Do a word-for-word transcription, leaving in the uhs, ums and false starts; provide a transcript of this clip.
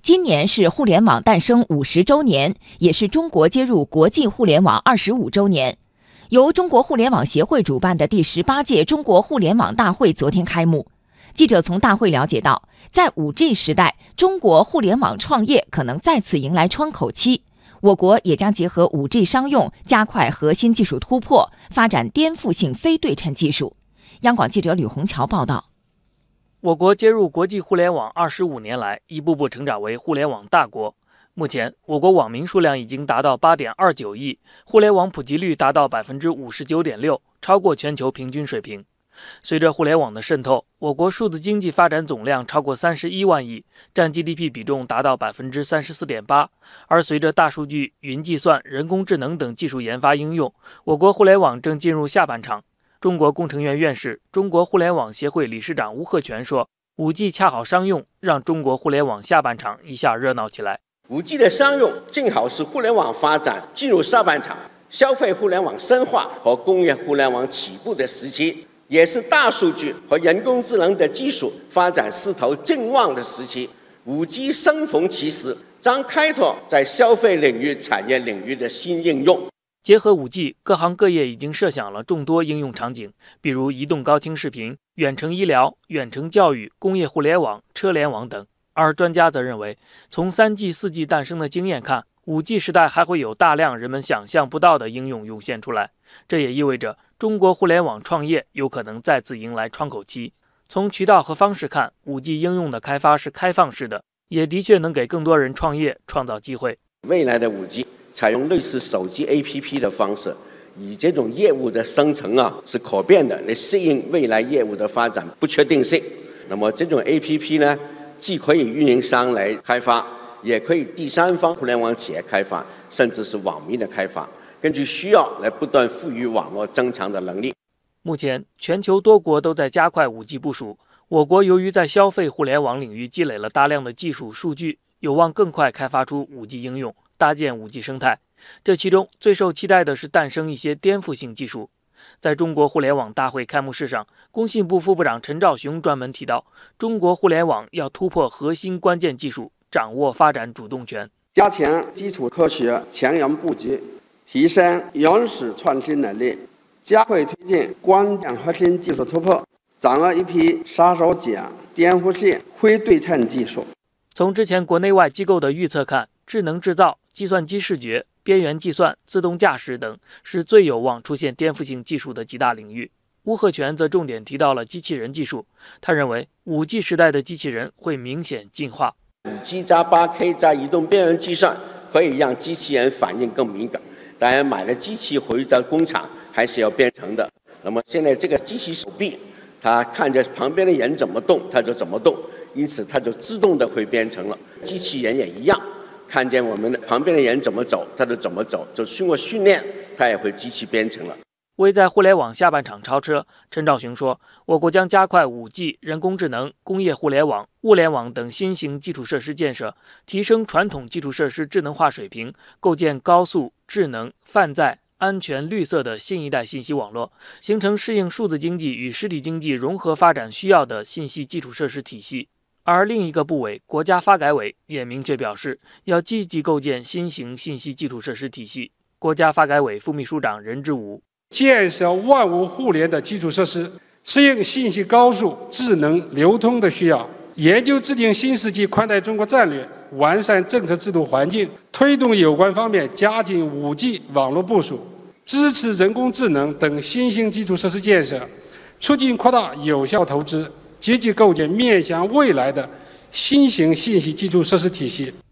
今年是互联网诞生五十周年，也是中国接入国际互联网二十五周年。由中国互联网协会主办的第十八届中国互联网大会昨天开幕。记者从大会了解到，在 五 G 时代，中国互联网创业可能再次迎来窗口期。我国也将结合 五 G 商用，加快核心技术突破，发展颠覆性非对称技术。央广记者吕红桥报道。 我国接入国际互联网二十五年来，一步步成长为互联网大国。目前，我国网民数量已经达到 八点二九亿，互联网普及率达到 百分之五十九点六， 超过全球平均水平。随着互联网的渗透，我国数字经济发展总量超过三十一万亿，占 G D P 比重达到 百分之三十四点八。而随着大数据、云计算、人工智能等技术研发应用，我国互联网正进入下半场。中国工程院院士、中国互联网协会理事长吴鹤全说， 五 G 恰好商用，让中国互联网下半场一下热闹起来。 五 G 的商用正好是互联网发展进入上半场，消费互联网深化和工业互联网起步的时期，也是大数据和人工智能的技术发展势头正旺的时期。五 G 生逢其时，将开拓在消费领域、产业领域的新应用。 结合 五 G， 各行各业已经设想了众多应用场景，比如移动高清视频、远程医疗、远程教育、工业互联网、车联网等。而专家则认为，从 三 G、四 G 诞生的经验看， 五 G 时代还会有大量人们想象不到的应用涌现出来。这也意味着中国互联网创业有可能再次迎来窗口期。从渠道和方式看， 五 G 应用的开发是开放式的，也的确能给更多人创业创造机会。 未来的 五 G 采用类似手机 A P P 的方式，以这种业务的生成啊是可变的，来适应未来业务的发展不确定性。那么这种 A P P 呢，既可以运营商来开发，也可以第三方互联网企业开发，甚至是网民的开发，根据需要来不断赋予网络增强的能力。 目前，全球多国都在加快 五 G 部署。我国由于在消费互联网领域积累了大量的技术数据，有望更快开发出 五 G 应用，搭建 五 G 生态。这其中最受期待的是诞生一些颠覆性技术。在中国互联网大会开幕式上，工信部副部长陈肇雄专门提到，中国互联网要突破核心关键技术，掌握发展主动权， 加强基础科学前沿布局，提升原始创新能力，加快推进关键核心技术突破，掌握一批杀手锏、颠覆性非对称技术。 从之前国内外机构的预测看，智能制造、计算机视觉、边缘计算、自动驾驶等是最有望出现颠覆性技术的几大领域。吴鹤全则重点提到了机器人技术，他认为 五 G 时代的机器人会明显进化。 五 G 加 八 K 加移动边缘计算可以让机器人反应更敏感，当然买了机器回到工厂还是要编程的。那么现在这个机器手臂，它看着旁边的人怎么动，它就怎么动，因此它就自动的会编程了。机器人也一样，看见我们的旁边的人怎么走，它就怎么走，就经过训练，它也会机器编程了。 为在互联网下半场超车，陈肇雄说，我国将加快 五 G、人工智能、工业互联网、物联网等新型基础设施建设，提升传统基础设施智能化水平，构建高速、智能、泛在、安全、绿色的新一代信息网络，形成适应数字经济与实体经济融合发展需要的信息基础设施体系。而另一个部委国家发改委也明确表示，要积极构建新型信息基础设施体系。国家发改委副秘书长任志武， 建设万物互联的基础设施，适应信息高速、智能、流通的需要，研究制定新世纪宽带中国战略，完善政策制度环境，推动有关方面加紧 五 G 网络部署，支持人工智能等新兴基础设施建设，促进扩大有效投资，积极构建面向未来的新型信息基础设施体系。